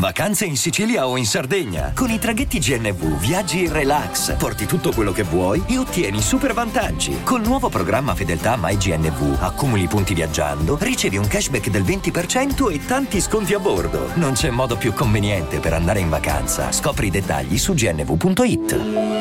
Vacanze in Sicilia o in Sardegna. Con i traghetti GNV viaggi in relax, porti tutto quello che vuoi e ottieni super vantaggi. Col nuovo programma Fedeltà MyGNV accumuli punti viaggiando, ricevi un cashback del 20% e tanti sconti a bordo. Non c'è modo più conveniente per andare in vacanza. Scopri i dettagli su gnv.it.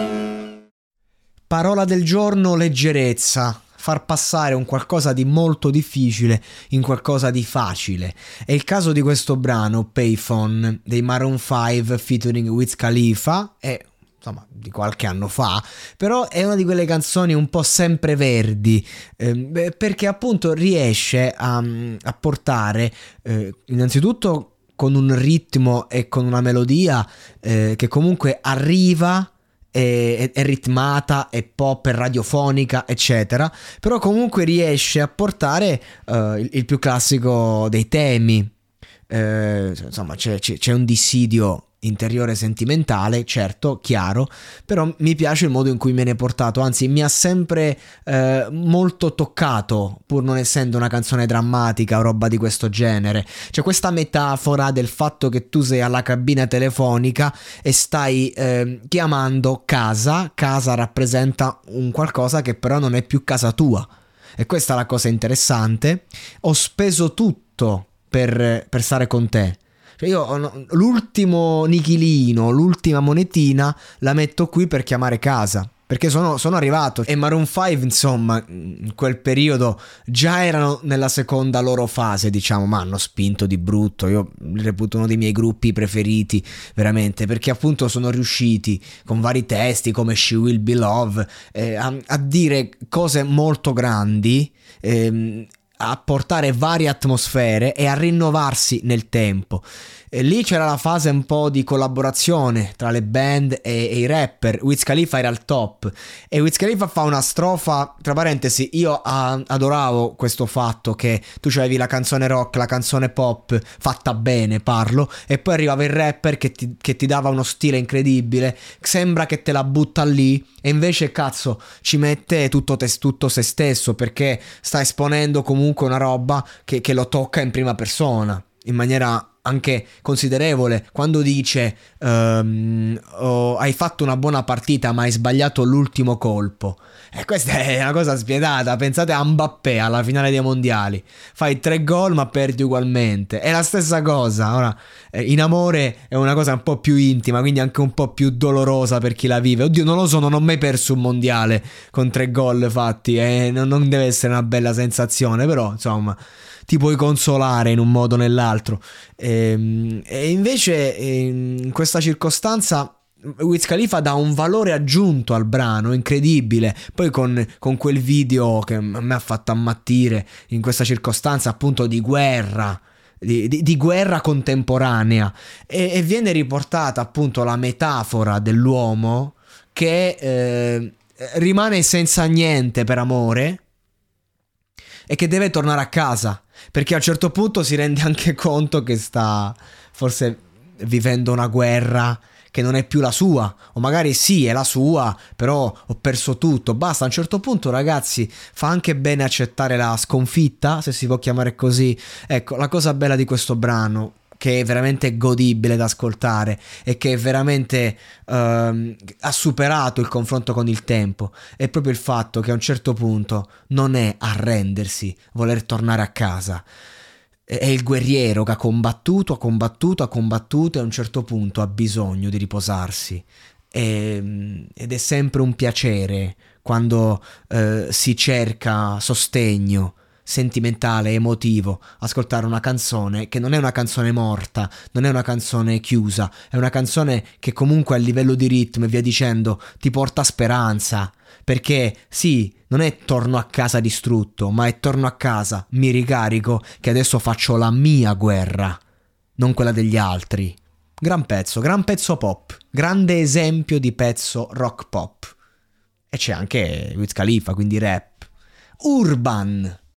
Parola del giorno: leggerezza. Far passare un qualcosa di molto difficile in qualcosa di facile. È il caso di questo brano Payphone dei Maroon 5 featuring Wiz Khalifa, e insomma di qualche anno fa, però è una di quelle canzoni un po' sempreverdi, perché appunto riesce a portare innanzitutto con un ritmo e con una melodia che comunque arriva, è ritmata, è pop, è radiofonica, eccetera, però comunque riesce a portare il più classico dei temi. Insomma c'è un dissidio interiore sentimentale, certo, chiaro, però mi piace il modo in cui me ne è portato, anzi mi ha sempre molto toccato, pur non essendo una canzone drammatica o roba di questo genere. C'è questa metafora del fatto che tu sei alla cabina telefonica e stai chiamando casa rappresenta un qualcosa che però non è più casa tua, e questa è la cosa interessante. Ho speso tutto per stare con te. Cioè io l'ultimo nichilino, l'ultima monetina la metto qui per chiamare casa, perché sono arrivato. E Maroon 5 insomma in quel periodo già erano nella seconda loro fase, diciamo, ma hanno spinto di brutto. Io li reputo uno dei miei gruppi preferiti veramente, perché appunto sono riusciti con vari testi come She Will Be Love a dire cose molto grandi, a portare varie atmosfere e a rinnovarsi nel tempo. E lì c'era la fase un po' di collaborazione tra le band e i rapper. Wiz Khalifa era al top e Wiz Khalifa fa una strofa, tra parentesi, io adoravo questo fatto che tu avevi la canzone rock, la canzone pop fatta bene, parlo, e poi arrivava il rapper che ti dava uno stile incredibile, sembra che te la butta lì e invece cazzo ci mette tutto se stesso, perché sta esponendo comunque una roba che lo tocca in prima persona in maniera anche considerevole, quando dice hai fatto una buona partita ma hai sbagliato l'ultimo colpo. E questa è una cosa spietata. Pensate a Mbappé alla finale dei mondiali, fai 3 gol ma perdi ugualmente. È la stessa cosa. Ora in amore è una cosa un po' più intima, quindi anche un po' più dolorosa per chi la vive. Oddio, non lo so, non ho mai perso un mondiale con 3 gol fatti e non deve essere una bella sensazione, però insomma ti puoi consolare in un modo o nell'altro. E invece in questa circostanza Wiz Khalifa dà un valore aggiunto al brano incredibile. Poi con quel video che a me ha fatto ammattire in questa circostanza appunto di guerra, di guerra contemporanea, e viene riportata appunto la metafora dell'uomo che rimane senza niente per amore e che deve tornare a casa, perché a un certo punto si rende anche conto che sta forse vivendo una guerra che non è più la sua, o magari sì è la sua, però ho perso tutto, basta. A un certo punto, ragazzi, fa anche bene accettare la sconfitta, se si può chiamare così. Ecco, la cosa bella di questo brano, che è veramente godibile da ascoltare e che è veramente ha superato il confronto con il tempo, è proprio il fatto che a un certo punto non è arrendersi, voler tornare a casa. È il guerriero che ha combattuto e a un certo punto ha bisogno di riposarsi. Ed è sempre un piacere quando si cerca sostegno sentimentale, emotivo, ascoltare una canzone che non è una canzone morta, non è una canzone chiusa, è una canzone che comunque a livello di ritmo e via dicendo ti porta speranza, perché sì, non è torno a casa distrutto, ma è torno a casa, mi ricarico, che adesso faccio la mia guerra, non quella degli altri. Gran pezzo pop, grande esempio di pezzo rock pop. E c'è anche Wiz Khalifa, quindi rap urban.